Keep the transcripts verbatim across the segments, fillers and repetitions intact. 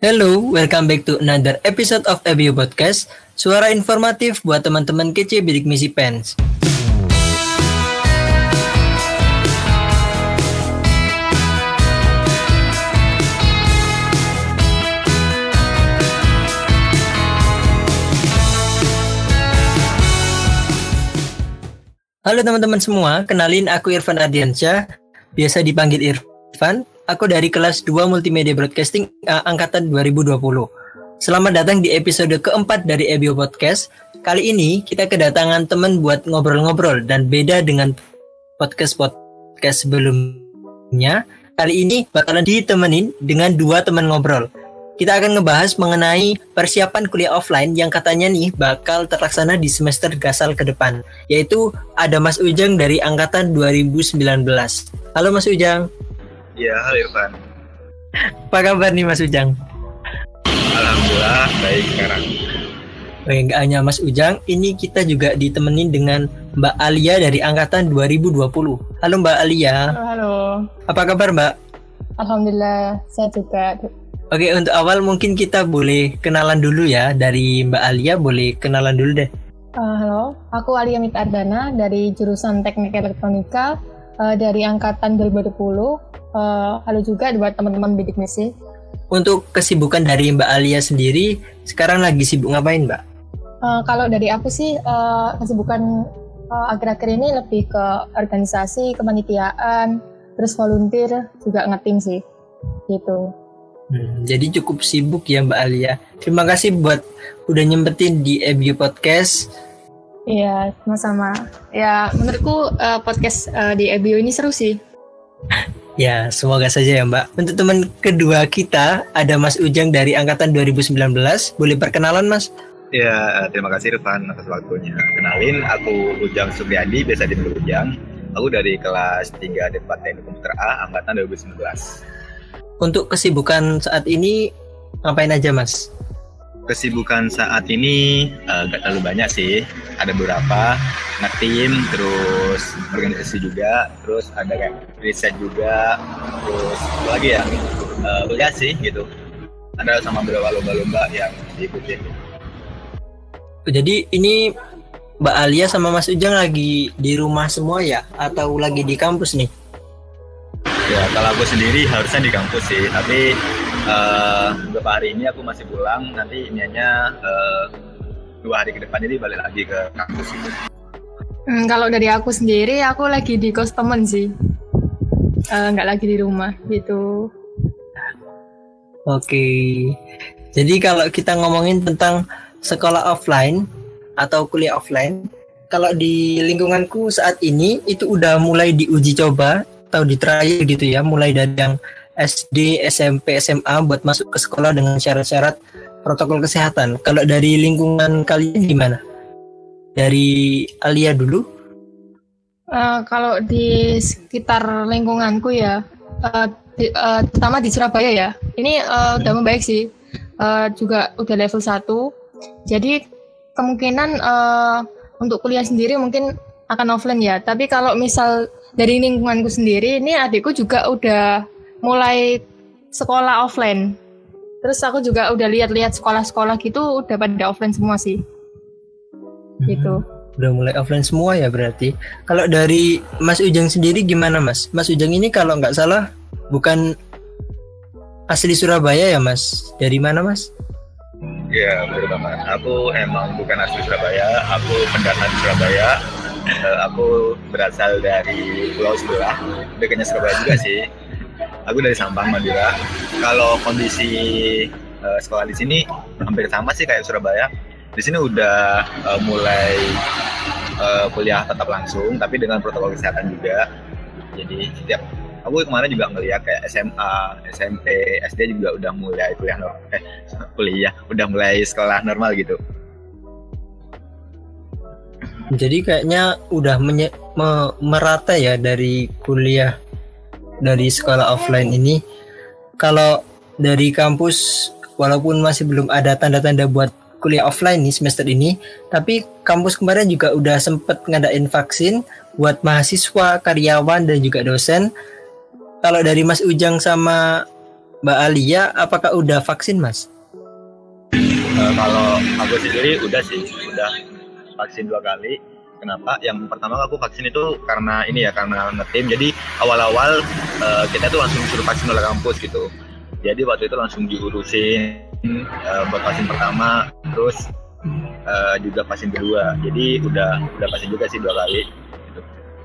Hello, welcome back to another episode of E B U Podcast. Suara informatif buat teman-teman kece bidik misi pens. Halo teman-teman semua, kenalin aku Irfan Ardiansyah, biasa dipanggil Irfan. Aku dari kelas dua Multimedia Broadcasting uh, angkatan dua ribu dua puluh. Selamat datang di episode keempat dari E B U Podcast. Kali ini kita kedatangan teman buat ngobrol-ngobrol dan beda dengan podcast-podcast sebelumnya. Kali ini bakalan ditemenin dengan dua teman ngobrol. Kita akan ngebahas mengenai persiapan kuliah offline yang katanya nih bakal terlaksana di semester gasal ke depan. Yaitu ada Mas Ujang dari angkatan dua ribu sembilan belas. Halo Mas Ujang. Ya, halo Irfan. Apa kabar nih Mas Ujang? Alhamdulillah baik sekarang. Oke, nggak hanya Mas Ujang, ini kita juga ditemenin dengan Mbak Alia dari angkatan dua ribu dua puluh. Halo Mbak Alia. Halo, halo. Apa kabar Mbak? Alhamdulillah, saya juga. Oke, untuk awal mungkin kita boleh kenalan dulu ya. Dari Mbak Alia, boleh kenalan dulu deh. Uh, halo, aku Alia Mita Ardana dari jurusan Teknik Elektronika uh, dari angkatan dua ribu dua puluh. Uh, halo juga buat teman-teman bidik misi. Untuk kesibukan dari Mbak Alia sendiri, sekarang lagi sibuk ngapain Mbak? Uh, kalau dari aku sih, uh, kesibukan uh, akhir-akhir ini lebih ke organisasi, kepanitiaan, terus volunteer, juga nge-team sih, gitu. Hmm, jadi cukup sibuk ya Mbak Alia. Terima kasih buat udah nyempetin di E B U Podcast. Iya, sama-sama. Ya, menurutku uh, podcast uh, di E B U ini seru sih. Ya, semoga saja ya Mbak. Untuk teman kedua kita, ada Mas Ujang dari angkatan dua ribu sembilan belas. Boleh perkenalan Mas? Ya, terima kasih Irfan atas waktunya. Kenalin, aku Ujang Supriyadi, biasa dipanggil Ujang. Aku dari kelas tiga D empat Teknik Komputer A, angkatan dua ribu sembilan belas. Untuk kesibukan saat ini, ngapain aja Mas? Kesibukan saat ini uh, gak terlalu banyak sih. Ada beberapa, nge-team, terus organisasi juga, terus ada kayak riset juga, terus apa lagi ya, uh, kuliah sih gitu. Ada sama beberapa lomba-lomba yang diikutin. Jadi ini Mbak Alia sama Mas Ujang lagi di rumah semua ya? Atau lagi di kampus nih? Ya, kalau aku sendiri harusnya di kampus sih, tapi uh, beberapa hari ini aku masih pulang, nanti iniannya uh, dua hari ke depan jadi balik lagi ke kampus gitu. Hmm, kalau dari aku sendiri, aku lagi di kos temen sih, uh, nggak lagi di rumah gitu. Oke, jadi kalau kita ngomongin tentang sekolah offline atau kuliah offline, kalau di lingkunganku saat ini itu udah mulai diuji coba atau di trial gitu ya, mulai dari yang S D, S M P, S M A buat masuk ke sekolah dengan syarat-syarat protokol kesehatan. Kalau dari lingkungan kalian gimana? Dari Alia dulu. Uh, kalau di sekitar lingkunganku ya, uh, di, uh, terutama di Surabaya ya, ini uh, udah membaik sih, uh, juga udah level satu. Jadi kemungkinan uh, untuk kuliah sendiri mungkin akan offline ya. Tapi kalau misal dari lingkunganku sendiri, ini adikku juga udah mulai sekolah offline. Terus aku juga udah lihat-lihat sekolah-sekolah gitu udah pada offline semua sih. Gitu. Hmm, udah mulai offline semua ya berarti. Kalau dari Mas Ujang sendiri gimana Mas? Mas Ujang ini kalau nggak salah bukan asli Surabaya ya Mas? Dari mana Mas? Ya, betul banget. Aku emang bukan asli Surabaya, aku pendatang di Surabaya. Uh, aku berasal dari pulau sebelah, dekatnya Surabaya juga sih. Aku dari Sampang, Madura. Kalau kondisi uh, sekolah di sini hampir sama sih kayak Surabaya. Di sini udah uh, mulai uh, kuliah tetap langsung, tapi dengan protokol kesehatan juga. Jadi setiap aku kemarin juga ngeliat kayak S M A, S M P, S D juga udah mulai kuliah normal. Eh, kuliah udah mulai sekolah normal gitu. Jadi kayaknya udah menye- me- merata ya dari kuliah dari sekolah offline ini. Kalau dari kampus walaupun masih belum ada tanda-tanda buat kuliah offline nih semester ini, tapi kampus kemarin juga udah sempet ngadain vaksin buat mahasiswa, karyawan dan juga dosen. Kalau dari Mas Ujang sama Mbak Alia, apakah udah vaksin, Mas? Uh, kalau aku sendiri udah sih, udah vaksin dua kali. Kenapa? Yang pertama aku vaksin itu karena ini ya, karena ngetim. Jadi awal-awal uh, kita tuh langsung suruh vaksin oleh kampus gitu. Jadi waktu itu langsung diurusin uh, buat vaksin pertama, terus uh, juga vaksin kedua. Jadi udah udah vaksin juga sih dua kali. Gitu.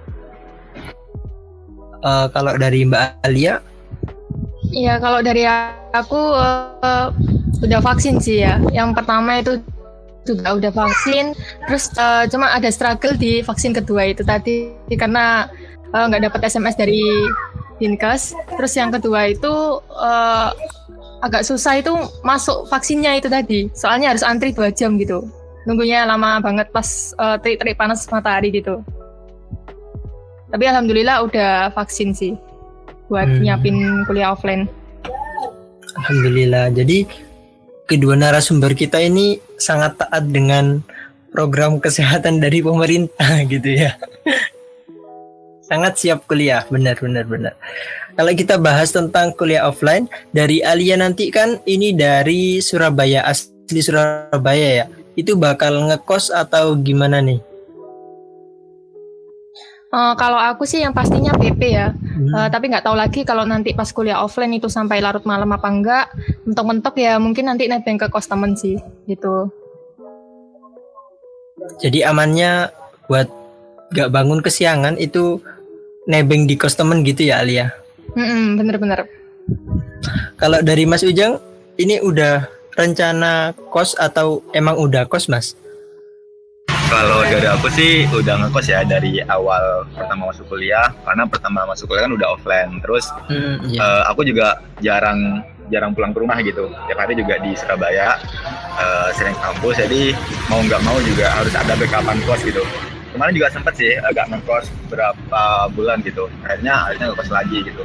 Uh, kalau dari Mbak Alia? Iya, kalau dari aku uh, udah vaksin sih ya. Yang pertama itu juga udah vaksin, terus uh, cuma ada struggle di vaksin kedua itu tadi karena nggak uh, dapat S M S dari Dinkes. Terus yang kedua itu uh, agak susah itu masuk vaksinnya itu tadi, soalnya harus antri dua jam gitu, nunggunya lama banget pas uh, terik-terik panas matahari gitu. Tapi alhamdulillah udah vaksin sih buat hmm. nyiapin kuliah offline. Alhamdulillah. Jadi kedua narasumber kita ini sangat taat dengan program kesehatan dari pemerintah gitu ya. Sangat siap kuliah, benar benar benar. Kalau kita bahas tentang kuliah offline, dari Alia nanti kan ini dari Surabaya, asli Surabaya ya. Itu bakal ngekos atau gimana nih? Uh, kalau aku sih yang pastinya P P ya, hmm. uh, tapi nggak tahu lagi kalau nanti pas kuliah offline itu sampai larut malam apa enggak. Mentok-mentok ya mungkin nanti nebeng ke kos temen sih, gitu. Jadi amannya buat nggak bangun kesiangan itu nebeng di kos temen gitu ya Alia? Mm-mm, bener-bener. Kalau dari Mas Ujang, ini udah rencana kos atau emang udah kos Mas? Kalau dari aku sih udah ngekos ya dari awal pertama masuk kuliah, karena pertama masuk kuliah kan udah offline. Terus hmm, yeah. uh, aku juga jarang jarang pulang ke rumah gitu. Tiap hari juga di Surabaya, uh, sering kampus. Jadi mau nggak mau juga harus ada backupan kos gitu. Kemarin juga sempat sih agak ngekos berapa bulan gitu. Akhirnya akhirnya ngekos lagi gitu.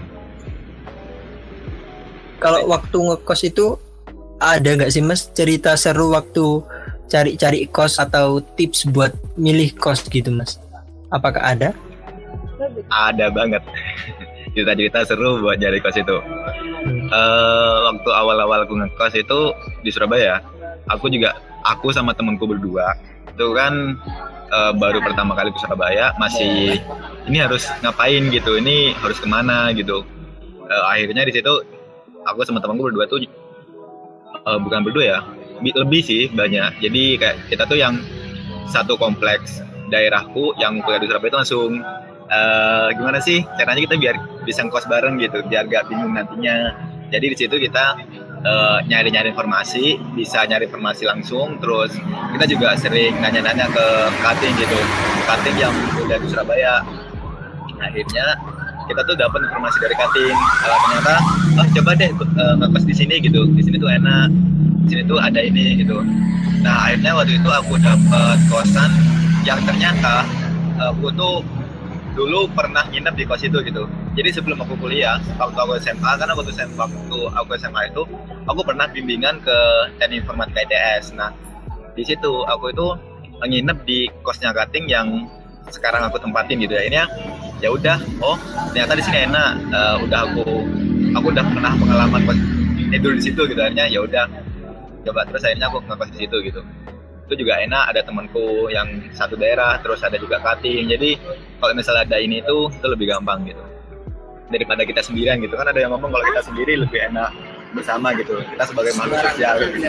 Kalau waktu ngekos itu ada nggak sih Mas cerita seru waktu cari-cari kos atau tips buat milih kos gitu Mas? Apakah ada? Ada banget. Cerita-cerita seru buat cari kos itu. Hmm. Uh, waktu awal-awal aku ngekos itu di Surabaya, aku juga aku sama temanku berdua itu kan uh, baru pertama kali ke Surabaya, masih ini harus ngapain gitu, ini harus kemana gitu. Uh, akhirnya di situ aku sama temanku berdua tuh uh, bukan berdua ya. Lebih sih banyak. Jadi kayak kita tuh yang satu kompleks daerahku yang kuliah di Surabaya itu langsung uh, gimana sih caranya kita biar bisa ngkos bareng gitu, biar gak bingung nantinya. Jadi di situ kita uh, nyari-nyari informasi, bisa nyari informasi langsung. Terus kita juga sering nanya-nanya ke cutting gitu, cutting yang kuliah di Surabaya. Akhirnya kita tuh dapat informasi dari cutting. Uh, ternyata, oh coba deh uh, ngekos di sini gitu, di sini tuh enak. Sini tuh ada ini gitu. Nah akhirnya waktu itu aku dapat kosan yang ternyata aku tuh dulu pernah nginep di kos itu gitu. Jadi sebelum aku kuliah, waktu aku S M A, karena waktu, waktu aku S M A itu aku pernah bimbingan ke Teknik Informatika I T S. Nah di situ aku itu nginep di kosnya cutting yang sekarang aku tempatin gitu. Akhirnya ya udah, oh ternyata di sini enak. Uh, udah aku aku udah pernah pengalaman tidur di situ gitu. Akhirnya ya udah coba, terus akhirnya aku ngekos di situ gitu. Itu juga enak, ada temanku yang satu daerah, terus ada juga cutting. Jadi kalau misalnya ada ini itu itu lebih gampang gitu daripada kita sendirian gitu. Kan ada yang ngomong kalau kita sendiri lebih enak bersama gitu, kita sebagai makhluk sosial gitu.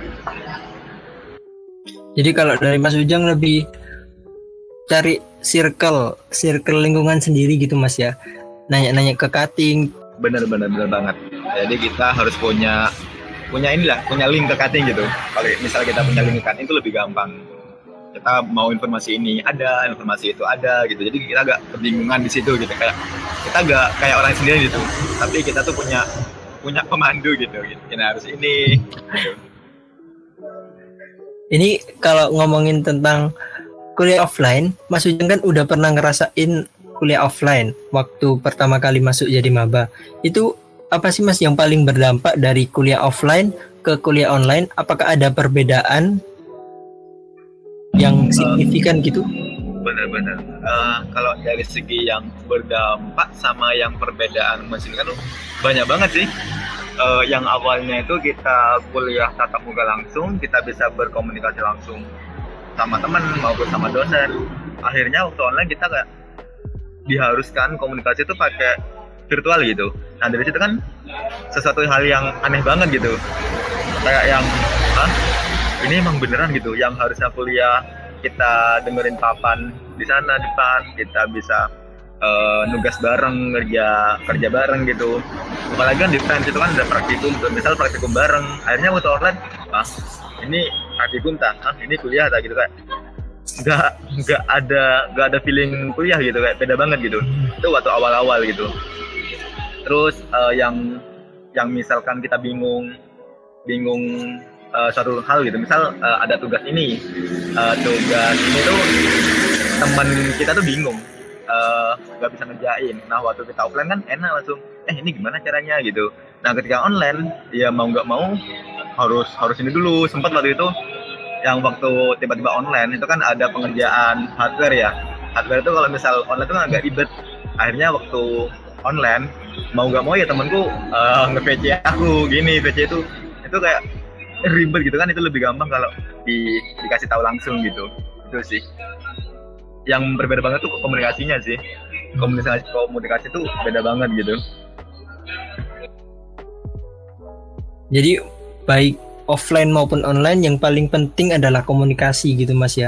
Jadi kalau dari Mas Ujang lebih cari circle circle lingkungan sendiri gitu Mas ya, nanya-nanya ke cutting. Bener-bener bener banget. Jadi kita harus punya punya inilah, punya link ke cutting gitu. Kalau misalnya kita punya link ke cutting itu lebih gampang. Kita mau informasi ini ada, informasi itu ada gitu. Jadi kita agak kebingungan di situ gitu. Kayak kita agak kayak orang sendiri gitu. Tapi kita tuh punya punya pemandu gitu. Kita harus ini. Gitu. Ini kalau ngomongin tentang kuliah offline, Mas Ujang kan udah pernah ngerasain kuliah offline waktu pertama kali masuk jadi maba. Itu apa sih Mas yang paling berdampak dari kuliah offline ke kuliah online? Apakah ada perbedaan yang signifikan gitu? Benar-benar. Uh, kalau dari segi yang berdampak sama yang perbedaan signifikan banyak banget sih. uh, yang awalnya itu kita kuliah tatap muka langsung, kita bisa berkomunikasi langsung sama teman maupun sama dosen. Akhirnya waktu online kita kayak diharuskan komunikasi itu pakai virtual gitu. Nah dari situ kan sesuatu hal yang aneh banget gitu. Kayak yang, ah ini emang beneran gitu. Yang harusnya kuliah kita dengerin papan di sana depan, kita bisa uh, nugas bareng, kerja kerja bareng gitu. Apalagi kan di Friends itu kan ada praktikum, misal praktikum bareng. Akhirnya waktu online, ah ini praktikum tak, ah ini kuliah tak gitu kayak. Nggak nggak ada nggak ada feeling kuliah gitu, kayak beda banget gitu. Itu waktu awal-awal gitu. Terus uh, yang yang misalkan kita bingung bingung uh, suatu hal gitu, misal uh, ada tugas ini uh, tugas ini tuh teman kita tuh bingung nggak uh, bisa ngerjain. Nah waktu kita offline kan enak langsung, eh ini gimana caranya gitu. Nah ketika online ya mau nggak mau harus harus ini dulu. Sempat waktu itu yang waktu tiba-tiba online itu kan ada pengerjaan hardware ya. Hardware itu kalau misal online itu kan agak ribet. Akhirnya waktu online mau nggak mau ya temanku uh, nge-V C aku gini, V C itu itu kayak ribet gitu kan. Itu lebih gampang kalau di, dikasih tahu langsung gitu. Itu sih yang berbeda banget tuh komunikasinya sih. Komunikasi komunikasi tuh beda banget gitu. Jadi baik offline maupun online yang paling penting adalah komunikasi gitu Mas ya.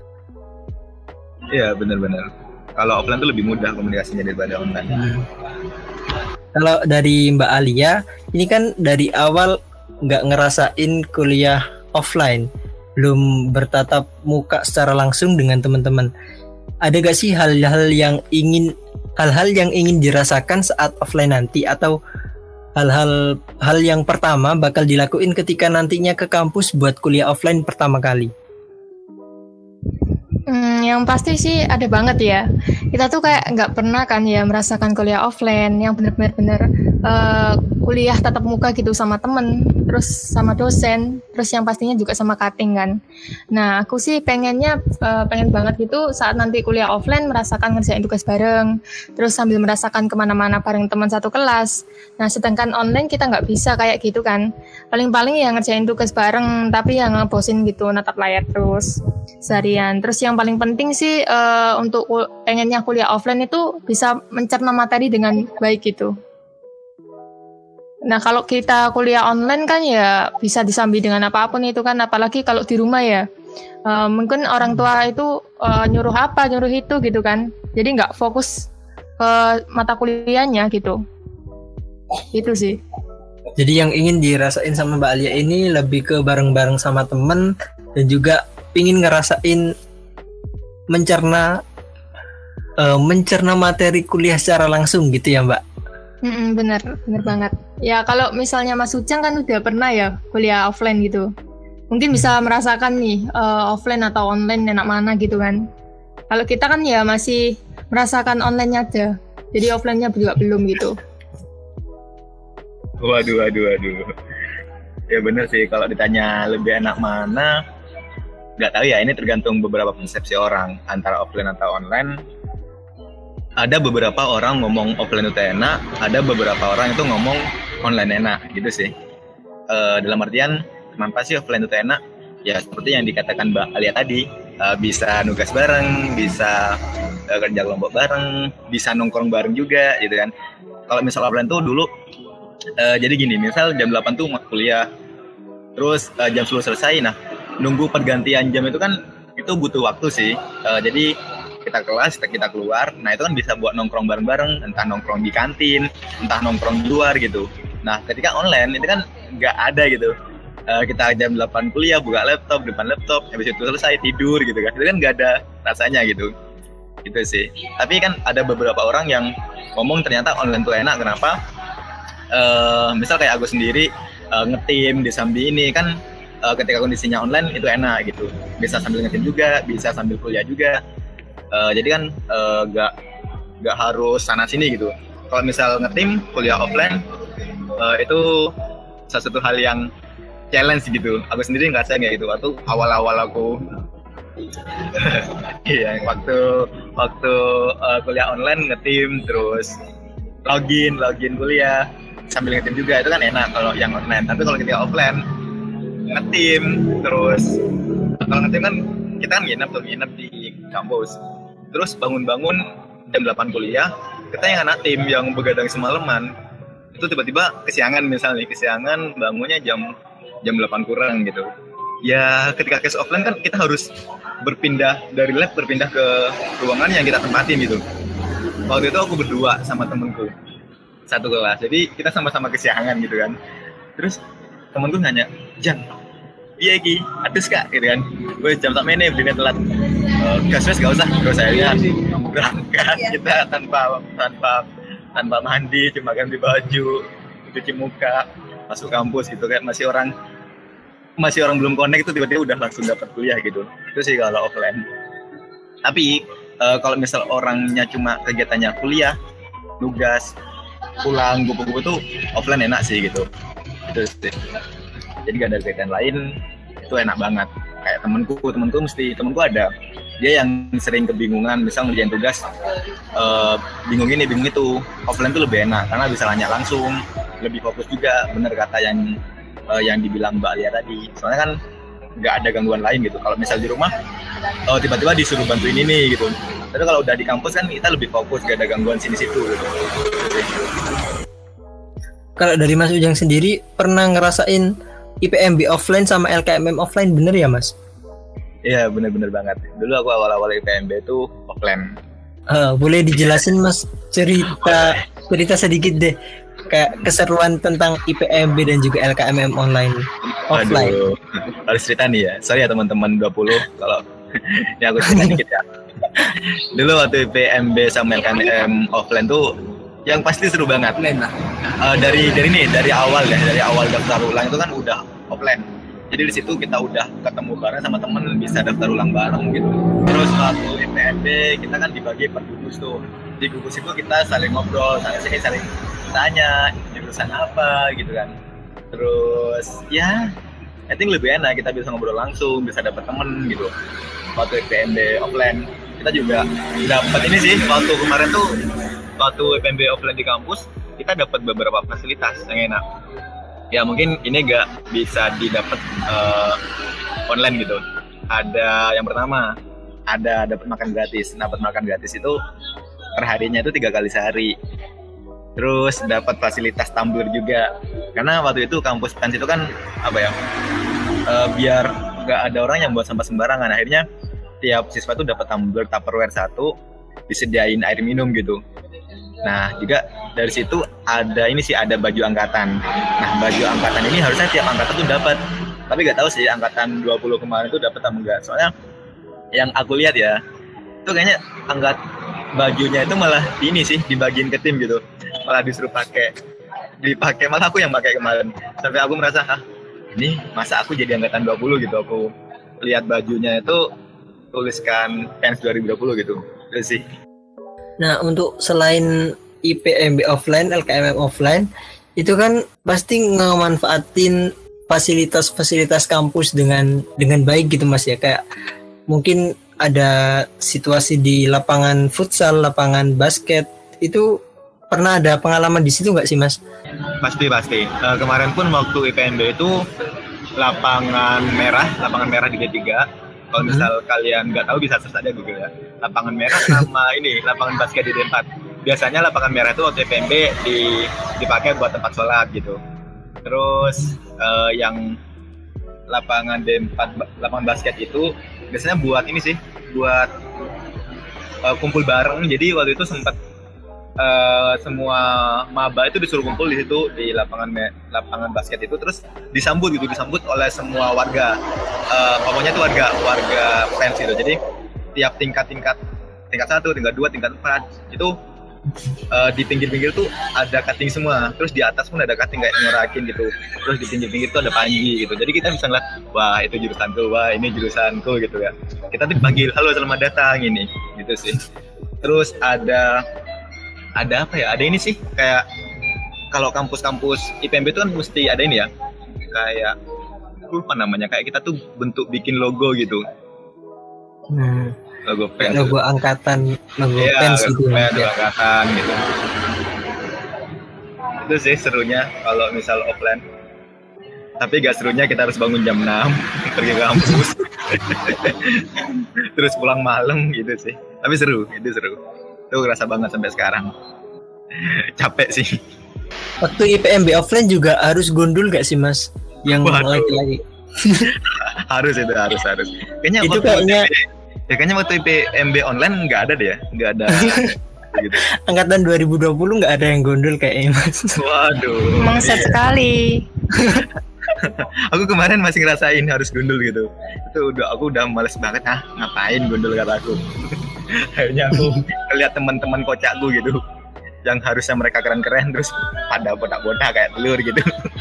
Iya benar-benar. Kalau offline tuh lebih mudah komunikasinya daripada online. Hmm. Kalau dari Mbak Alia, ini kan dari awal nggak ngerasain kuliah offline, belum bertatap muka secara langsung dengan teman-teman. Ada gak sih hal-hal yang ingin hal-hal yang ingin dirasakan saat offline nanti, atau hal-hal hal yang pertama bakal dilakuin ketika nantinya ke kampus buat kuliah offline pertama kali? Hmm, yang pasti sih ada banget ya. Kita tuh kayak nggak pernah kan ya merasakan kuliah offline yang benar-benar uh, kuliah tatap muka gitu sama temen, terus sama dosen, terus yang pastinya juga sama cutting kan. Nah aku sih pengennya uh, pengen banget gitu saat nanti kuliah offline merasakan ngerjain tugas bareng, terus sambil merasakan kemana-mana bareng teman satu kelas. Nah sedangkan online kita nggak bisa kayak gitu kan. Paling-paling ya ngerjain tugas bareng tapi yang ngebosin gitu natap layar terus seharian. Terus yang paling penting sih uh, untuk pengennya kuliah offline itu bisa mencerna materi dengan baik gitu. Nah kalau kita kuliah online kan ya bisa disambi dengan apapun itu kan, apalagi kalau di rumah ya uh, mungkin orang tua itu uh, nyuruh apa nyuruh itu gitu kan, jadi nggak fokus ke mata kuliahnya gitu. Itu sih. Jadi yang ingin dirasain sama Mbak Alia ini lebih ke bareng-bareng sama temen dan juga ingin ngerasain mencerna uh, mencerna materi kuliah secara langsung gitu ya Mbak. Mm-mm, bener, bener banget. Ya kalau misalnya Mas Ujang kan udah pernah ya kuliah offline gitu, mungkin bisa merasakan nih uh, offline atau online enak mana gitu kan. Kalau kita kan ya masih merasakan online-nya aja, jadi offline-nya juga belum gitu. Waduh, waduh, waduh. Ya bener sih, kalau ditanya lebih enak mana, nggak tahu ya, ini tergantung beberapa persepsi orang antara offline atau online. Ada beberapa orang ngomong offline itu enak, ada beberapa orang itu ngomong online enak gitu sih. E, dalam artian kenapa sih offline itu enak? Ya seperti yang dikatakan Mbak Alia tadi, e, bisa nugas bareng, bisa e, kerja kelompok bareng, bisa nongkrong bareng juga gitu kan. Kalau misal offline tuh dulu, e, jadi gini, misal jam delapan tuh kuliah, terus e, jam sepuluh selesai, nah nunggu pergantian jam itu kan itu butuh waktu sih. E, jadi kita kelas, kita, kita keluar, nah itu kan bisa buat nongkrong bareng-bareng, entah nongkrong di kantin, entah nongkrong di luar gitu. Nah ketika online itu kan nggak ada gitu, uh, kita jam delapan kuliah, buka laptop, depan laptop, habis itu selesai tidur gitu kan, itu kan nggak ada rasanya gitu, gitu sih. Tapi kan ada beberapa orang yang ngomong ternyata online tuh enak, kenapa? Uh, misal kayak aku sendiri uh, ngetim di Sambi ini kan, uh, ketika kondisinya online itu enak gitu, bisa sambil ngetim juga, bisa sambil kuliah juga. Uh, jadi kan uh, gak gak harus sana sini gitu. Kalau misal ngetim kuliah offline uh, itu salah satu hal yang challenge gitu. Aku sendiri ngerasa kayak gitu. Waktu awal-awal aku iya waktu waktu uh, kuliah online ngetim terus login login kuliah sambil ngetim juga, itu kan enak kalau yang online. Tapi kalau ketika offline ngetim terus, kalau ngetim kan kita kan nginep tuh nginep di kampus, terus bangun-bangun jam delapan kuliah, kita yang anak tim yang begadang semalaman itu tiba-tiba kesiangan, misalnya kesiangan bangunnya jam jam delapan kurang gitu. Ya ketika case offline kan kita harus berpindah dari lab berpindah ke ruangan yang kita tempatin gitu. Waktu itu aku berdua sama temenku satu kelas, jadi kita sama-sama kesiangan gitu kan. Terus temenku nanya, Jan, iya Ki, atus kak gitu kan. Gue jam tak mainnya belinya telat. Uh, gas-gas gak usah, terus akhirnya berangkat kita tanpa tanpa tanpa mandi, cuma ganti baju, cuci muka, masuk kampus gitu kayak masih orang masih orang belum connect itu tiba-tiba udah langsung dapat kuliah gitu. Itu sih kalau offline. Tapi uh, kalau misal orangnya cuma kegiatannya kuliah, tugas, pulang, gupu-gupu tuh offline enak sih gitu. Itu sih. Jadi gak ada kegiatan lain, itu enak banget. Kayak temenku, temenku mesti temenku ada. Dia yang sering kebingungan, misal ngerjain tugas, uh, bingung ini, bingung itu. Offline tuh lebih enak karena bisa nanya langsung, lebih fokus juga. Bener kata yang uh, yang dibilang Mbak Alia tadi. Soalnya kan nggak ada gangguan lain gitu. Kalau misal di rumah, uh, tiba-tiba disuruh bantuin ini gitu. Tapi kalau udah di kampus kan kita lebih fokus, gak ada gangguan sini-situ gitu. Kalau dari Mas Ujang sendiri pernah ngerasain I P M B offline sama L K M M offline, bener ya Mas? Iya bener-bener banget. Dulu aku awal-awal I P M B itu offline. Uh, boleh dijelasin Mas cerita cerita sedikit deh kayak keseruan tentang I P M B dan juga L K M M online offline. Aduh, harus cerita nih ya. Sorry ya teman-teman dua puluh kalau ya aku cerita dikit ya. Dulu waktu I P M B sama L K M M offline tuh yang pasti seru banget. Uh, dari dari ini dari awal ya, dari awal daftar ulang itu kan udah offline. Jadi di situ kita udah ketemu bareng sama temen, bisa daftar ulang bareng gitu. Terus waktu I P M B kita kan dibagi per gugus tuh. Di gugus itu kita saling ngobrol, saling saling tanya jurusan apa gitu kan. Terus ya, I think lebih enak kita bisa ngobrol langsung, bisa dapat temen gitu. Waktu I P M B offline kita juga dapat ini sih. Waktu kemarin tuh waktu I P M B offline di kampus kita dapat beberapa fasilitas yang enak. Ya mungkin ini gak bisa didapat uh, online gitu. Ada yang pertama, ada dapat makan gratis. Dapat makan gratis itu perharinya itu tiga kali sehari. Terus dapat fasilitas tumbler juga. Karena waktu itu kampus Pens itu kan apa ya? Uh, biar gak ada orang yang buat sampah sembarangan. Akhirnya tiap siswa itu dapat tumbler Tupperware satu, disediain air minum gitu. Nah juga dari situ ada ini sih, ada baju angkatan. Nah baju angkatan ini harusnya tiap angkatan tuh dapat, tapi nggak tahu sih angkatan dua puluh kemarin tuh dapat atau enggak. Soalnya yang aku lihat ya, itu kayaknya angkat bajunya itu malah ini sih dibagiin ke tim gitu, malah disuruh pakai, dipakai malah aku yang pakai kemarin. Sampai aku merasa, ah ini masa aku jadi angkatan dua puluh gitu. Aku lihat bajunya itu tuliskan Pens dua ribu dua puluh gitu, itu sih. Nah, untuk selain I P M B offline, L K M M offline, itu kan pasti ngemanfaatin fasilitas-fasilitas kampus dengan dengan baik gitu Mas ya. Kayak mungkin ada situasi di lapangan futsal, lapangan basket, itu pernah ada pengalaman di situ nggak sih Mas? Pasti pasti. Uh, kemarin pun waktu I P M B itu lapangan merah, lapangan merah di G tiga. Kalau misal hmm. kalian nggak tahu bisa search aja Google ya. Lapangan merah sama ini lapangan basket di D empat. Biasanya lapangan merah itu waktu I P M B di, dipakai buat tempat sholat gitu. Terus uh, yang lapangan D empat, lapangan basket itu biasanya buat ini sih, buat uh, kumpul bareng. Jadi waktu itu sempat uh, semua maba itu disuruh kumpul di situ di lapangan lapangan basket itu, terus disambut gitu, disambut oleh semua warga. Uh, pokoknya itu warga warga Pens gitu. Jadi tiap tingkat-tingkat, tingkat satu, tingkat dua, tingkat empat itu uh, di pinggir-pinggir tuh ada cutting semua. Terus di atas pun ada cutting kayak nyorakin gitu. Terus di pinggir-pinggir tuh ada panji gitu. Jadi kita bisa ngeliat, wah itu jurusanku, wah ini jurusanku gitu ya. Kita tuh dipanggil, halo selamat datang ini, gitu sih. Terus ada ada apa ya? Ada ini sih kayak kalau kampus-kampus I P M B itu kan mesti ada ini ya, kayak lupa namanya, kayak kita tuh bentuk bikin logo gitu. Hmm. Logo Pens. Logo angkatan, logo ya, Pens gitu. Ya, logo angkatan gitu. Itu sih serunya kalau misal offline. Tapi gak serunya kita harus bangun jam enam pergi ke kampus. Terus pulang malam gitu sih. Tapi seru, itu seru. Itu kerasa banget sampai sekarang. Capek sih. Waktu I P M B offline juga harus gondol gak sih Mas? Yang lagi-lagi. Harus itu, harus harus. Kayaknya itu kayaknya ya kayaknya waktu I P M B online nggak ada deh ya, nggak ada. Gitu. Angkatan dua ribu dua puluh nggak ada yang gondol kayaknya Mas. Waduh. Mangset sekali. Aku kemarin masih ngerasain harus gundul gitu. Itu udah aku udah males banget ah ngapain gundul kata aku. Akhirnya aku lihat teman-teman kocakku gitu, yang harusnya mereka keren-keren terus pada botak-botak kayak telur gitu.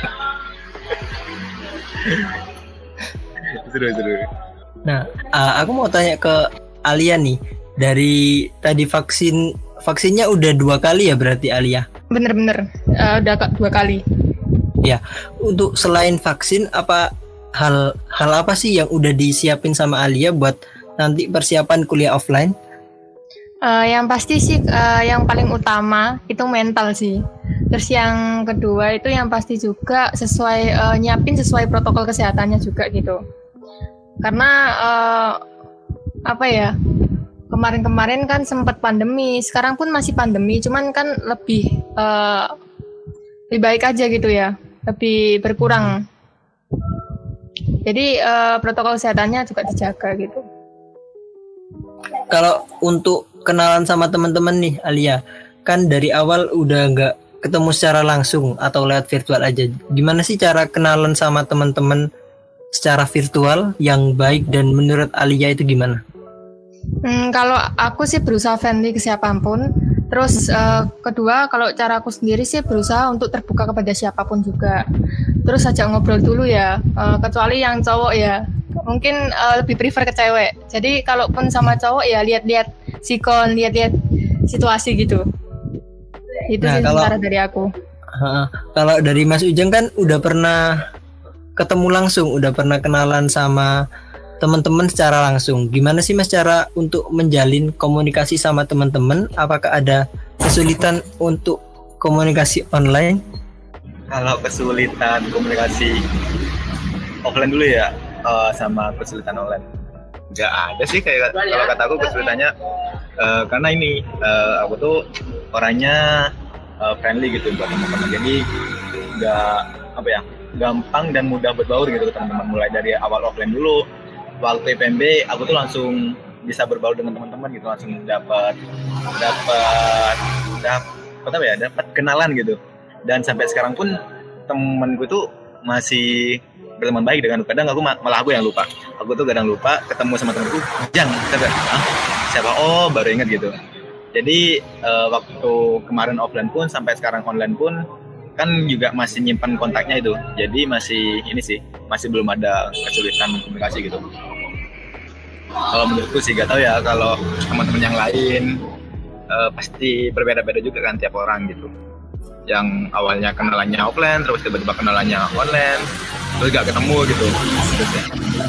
Seru-seru. Nah, uh, aku mau tanya ke Alia nih. Dari tadi vaksin vaksinnya udah dua kali ya berarti Alia? Bener-bener uh, udah dua kali. Ya, untuk selain vaksin apa hal hal apa sih yang udah disiapin sama Alia buat nanti persiapan kuliah offline? Uh, yang pasti sih uh, yang paling utama itu mental sih. Terus yang kedua itu yang pasti juga sesuai uh, nyiapin sesuai protokol kesehatannya juga gitu. Karena uh, apa ya? Kemarin-kemarin kan sempat pandemi, sekarang pun masih pandemi, cuman kan lebih uh, lebih baik aja gitu ya. Lebih berkurang. Jadi uh, protokol kesehatannya juga dijaga gitu. Kalau untuk kenalan sama teman-teman nih Alia, kan dari awal udah nggak ketemu secara langsung atau lewat virtual aja. Gimana sih cara kenalan sama teman-teman secara virtual yang baik dan menurut Alia itu gimana? Hmm, kalau aku sih berusaha friendly ke siapapun. Terus uh, kedua, kalau cara aku sendiri sih berusaha untuk terbuka kepada siapapun juga. Terus ajak ngobrol dulu ya, uh, kecuali yang cowok ya. Mungkin uh, lebih prefer ke cewek. Jadi kalaupun sama cowok ya lihat-lihat sikon, lihat-lihat situasi gitu. Itu nah, sih cara dari aku. Uh, kalau dari Mas Ujang kan udah pernah ketemu langsung, udah pernah kenalan sama teman-teman secara langsung. Gimana sih Mas cara untuk menjalin komunikasi sama teman-teman? Apakah ada kesulitan untuk komunikasi online? Kalau kesulitan komunikasi offline dulu ya, uh, sama kesulitan online. Nggak ada sih kayak kalau kata aku kesulitannya uh, karena ini uh, aku tuh orangnya uh, friendly gitu buat teman-teman. Jadi nggak apa ya, gampang dan mudah berbaur gitu ke teman-teman. Mulai dari awal offline dulu. Waktu I P M B aku tuh langsung bisa berbaur dengan teman-teman gitu, langsung dapat dapat dapat apa ya dapat kenalan gitu. Dan sampai sekarang pun temanku tuh masih berteman baik dengan kadang aku malah aku yang lupa. Aku tuh kadang lupa ketemu sama temanku, "Jang, siapa? Ah, siapa? Oh, baru ingat gitu." Jadi uh, waktu kemarin offline pun sampai sekarang online pun kan juga masih nyimpan kontaknya itu. Jadi masih ini sih, masih belum ada kesulitan komunikasi gitu. Kalau menurutku sih gak tahu ya, kalau teman-teman yang lain uh, pasti berbeda-beda juga kan tiap orang gitu. Yang awalnya kenalannya offline, terus tiba-tiba kenalannya online, terus gak ketemu gitu. Terus, ya.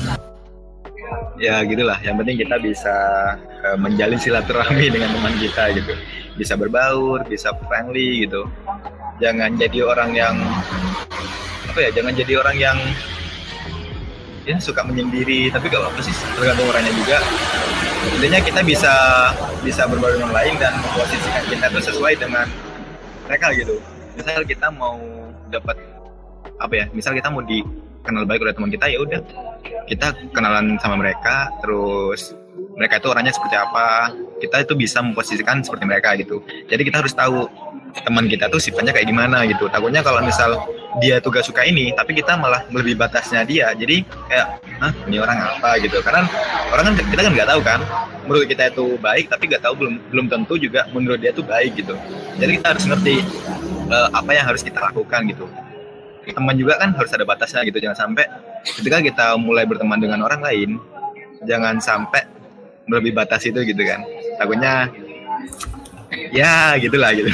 ya gitulah, yang penting kita bisa uh, menjalin silaturahmi dengan teman kita gitu. Bisa berbaur, bisa friendly gitu. Jangan jadi orang yang apa ya, jangan jadi orang yang ya suka menyendiri, tapi kalau apa sih tergantung orangnya juga. Intinya kita bisa bisa berbaur dengan lain dan memposisikan kita itu sesuai dengan mereka gitu. Misal kita mau dapat apa ya, misal kita mau dikenal baik oleh teman kita, ya udah kita kenalan sama mereka, terus mereka itu orangnya seperti apa, kita itu bisa memposisikan seperti mereka gitu. Jadi kita harus tahu teman kita tuh sifatnya kayak gimana gitu. Takutnya kalau misal dia tuh gak suka ini, tapi kita malah melebihi batasnya dia. Jadi kayak, ah ini orang apa gitu. Karena orang kan kita kan nggak tahu kan. Menurut kita itu baik, tapi nggak tahu belum belum tentu juga menurut dia tuh baik gitu. Jadi kita harus ngerti uh, apa yang harus kita lakukan gitu. Teman juga kan harus ada batasnya gitu. Jangan sampai ketika kita mulai berteman dengan orang lain, jangan sampai melebihi batas itu gitu kan. Takutnya ya gitulah gitu.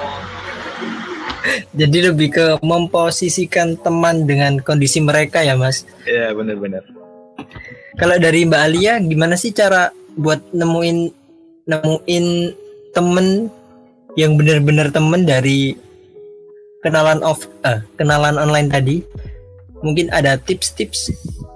Jadi lebih ke memposisikan teman dengan kondisi mereka ya Mas. Iya benar-benar. Kalau dari Mbak Alia gimana sih cara buat nemuin nemuin temen yang benar-benar temen dari kenalan off eh, kenalan online tadi, mungkin ada tips-tips.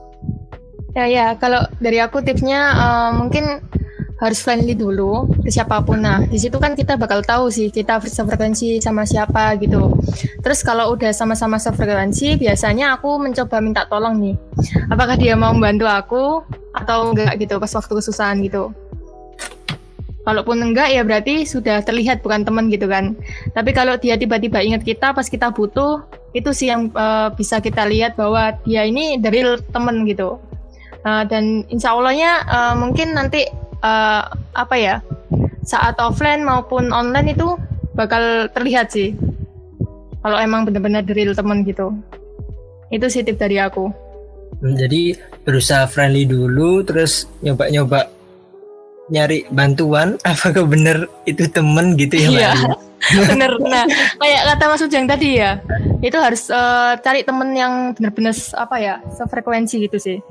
Ya ya, kalau dari aku tipsnya uh, mungkin harus friendly dulu ke siapapun. Nah, di situ kan kita bakal tahu sih kita sefrekuensi sama siapa gitu. Terus kalau udah sama-sama sefrekuensi, biasanya aku mencoba minta tolong nih. Apakah dia mau membantu aku atau enggak gitu pas waktu kesusahan gitu. Kalaupun enggak ya berarti sudah terlihat bukan teman gitu kan. Tapi kalau dia tiba-tiba ingat kita pas kita butuh, itu sih yang uh, bisa kita lihat bahwa dia ini the real teman gitu. Uh, dan insya Allahnya uh, mungkin nanti uh, apa ya saat offline maupun online itu bakal terlihat sih kalau emang benar-benar the real teman gitu. Itu sih tip dari aku. Jadi berusaha friendly dulu, terus nyoba-nyoba nyari bantuan apakah bener itu temen gitu ya Mbak? Iya bener. Nah kayak kata Mas Ujang tadi ya, itu harus uh, cari temen yang benar-benar apa ya sefrekuensi gitu sih.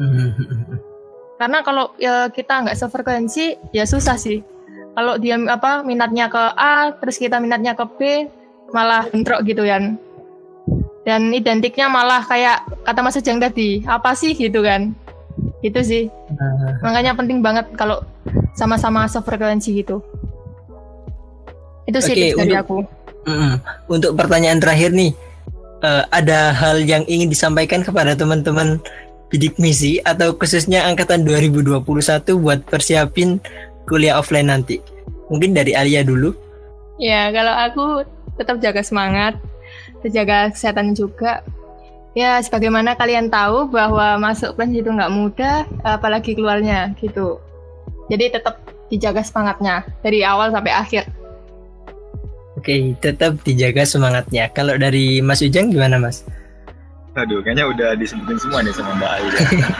Karena kalau ya, kita nggak sefrekuensi ya susah sih. Kalau dia apa minatnya ke A terus kita minatnya ke B malah bentrok gitu kan. Dan identiknya malah kayak kata Mas Ujang tadi, apa sih gitu kan. Gitu sih. Uh. Makanya penting banget kalau sama-sama sefrekuensi gitu. Itu sih okay, tips dari aku. Uh, untuk pertanyaan terakhir nih, uh, ada hal yang ingin disampaikan kepada teman-teman bidik misi atau khususnya angkatan dua ribu dua puluh satu buat persiapin kuliah offline nanti? Mungkin dari Alia dulu. Ya, kalau aku tetap jaga semangat, terjaga kesehatan juga. Ya, sebagaimana kalian tahu bahwa masuk plan itu nggak mudah, apalagi keluarnya gitu. Jadi tetap dijaga semangatnya dari awal sampai akhir. Oke, tetap dijaga semangatnya. Kalau dari Mas Ujang gimana, Mas? Aduh, kayaknya udah disebutin semua nih sama Mbak Aida.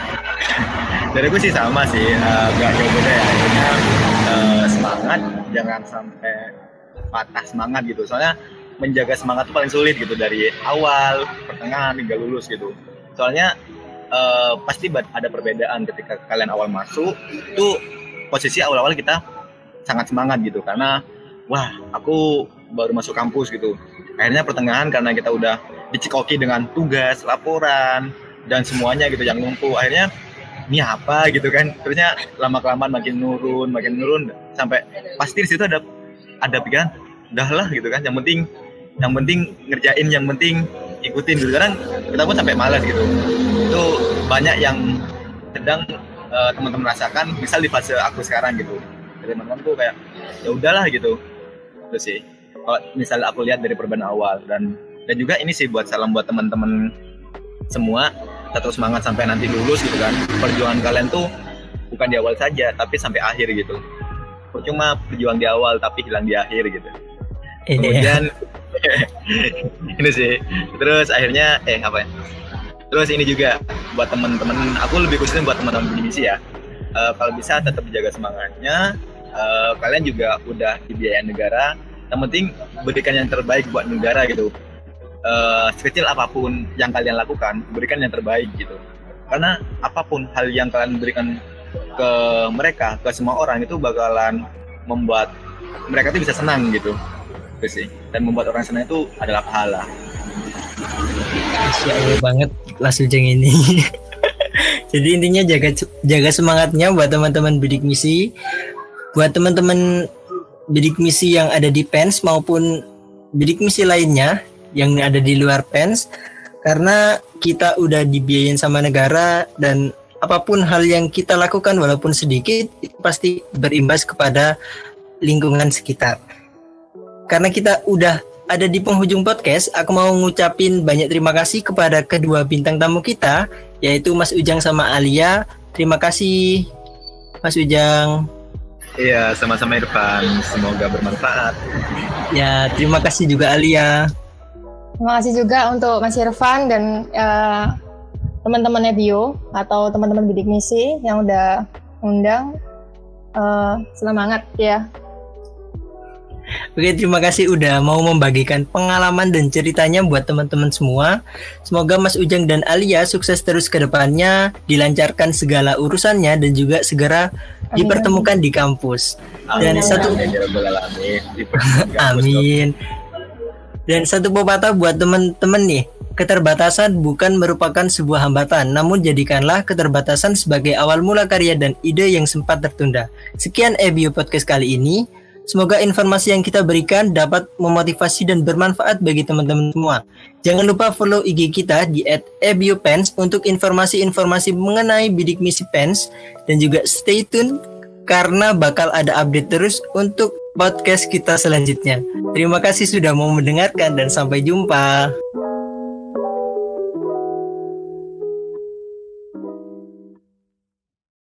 Dari aku sih sama sih, uh, gak jauh beda ya. Akhirnya uh, semangat, jangan sampai patah semangat gitu. Soalnya menjaga semangat itu paling sulit gitu dari awal, pertengahan hingga lulus gitu. Soalnya uh, pasti ada perbedaan ketika kalian awal masuk. Itu posisi awal-awal kita sangat semangat gitu karena wah aku baru masuk kampus gitu. Akhirnya pertengahan karena kita udah dicikoki dengan tugas, laporan, dan semuanya gitu yang numpuk. Akhirnya ini apa gitu kan. Terusnya lama-kelamaan makin nurun, makin nurun sampai pasti di situ ada ada pikiran, dah lah gitu kan. Yang penting yang penting ngerjain, yang penting ikutin gitu. Sekarang kita pun sampai malas gitu. Itu banyak yang sedang uh, teman-teman rasakan. Misal di fase aku sekarang gitu. Dari teman-teman tuh kayak ya udahlah gitu. Itu sih. Kalau misal aku lihat dari perbedaan awal dan dan juga ini sih buat salam buat teman-teman semua, tetap semangat sampai nanti lulus gitu kan. Perjuangan kalian tuh bukan di awal saja tapi sampai akhir gitu. Cuma perjuangan di awal tapi hilang di akhir gitu. Kemudian ini sih. Terus akhirnya eh apa ya? Terus ini juga buat teman-teman, aku lebih khususnya buat teman-teman bidik misi ya. Uh, kalau bisa tetap dijaga semangatnya. Uh, kalian juga udah dibiayain negara. Yang penting berikan yang terbaik buat negara gitu. Uh, sekecil apapun yang kalian lakukan, berikan yang terbaik gitu. Karena apapun hal yang kalian berikan ke mereka, ke semua orang itu bakalan membuat mereka tuh bisa senang gitu. Itu sih. Dan membuat orang senang itu adalah pahala. Masya Allah banget Mas Ujang ini. Jadi intinya jaga jaga semangatnya buat teman-teman bidik misi, buat teman-teman bidik misi yang ada di P E N S maupun bidik misi lainnya yang ada di luar P E N S, karena kita udah dibiayain sama negara dan apapun hal yang kita lakukan walaupun sedikit itu pasti berimbas kepada lingkungan sekitar. Karena kita udah ada di penghujung podcast, aku mau ngucapin banyak terima kasih kepada kedua bintang tamu kita, yaitu Mas Ujang sama Alia. Terima kasih Mas Ujang. Iya, sama-sama Irfan. Semoga bermanfaat. Ya, terima kasih juga Alia. Terima kasih juga untuk Mas Irfan dan uh, teman-teman Ebio atau teman-teman bidik misi yang udah undang. Uh, semangat ya. Oke, terima kasih udah mau membagikan pengalaman dan ceritanya buat teman-teman semua. Semoga Mas Ujang dan Alia sukses terus ke depannya, dilancarkan segala urusannya dan juga segera Amin. Dipertemukan di kampus. Amin. Dan satu Amin. Amin. Dan satu pepatah buat teman-teman nih, keterbatasan bukan merupakan sebuah hambatan, namun jadikanlah keterbatasan sebagai awal mula karya dan ide yang sempat tertunda. Sekian Ebio Podcast kali ini. Semoga informasi yang kita berikan dapat memotivasi dan bermanfaat bagi teman-teman semua. Jangan lupa follow I G kita di et ebiopens untuk informasi-informasi mengenai bidik misi Pens, dan juga stay tune karena bakal ada update terus untuk podcast kita selanjutnya. Terima kasih sudah mau mendengarkan dan sampai jumpa.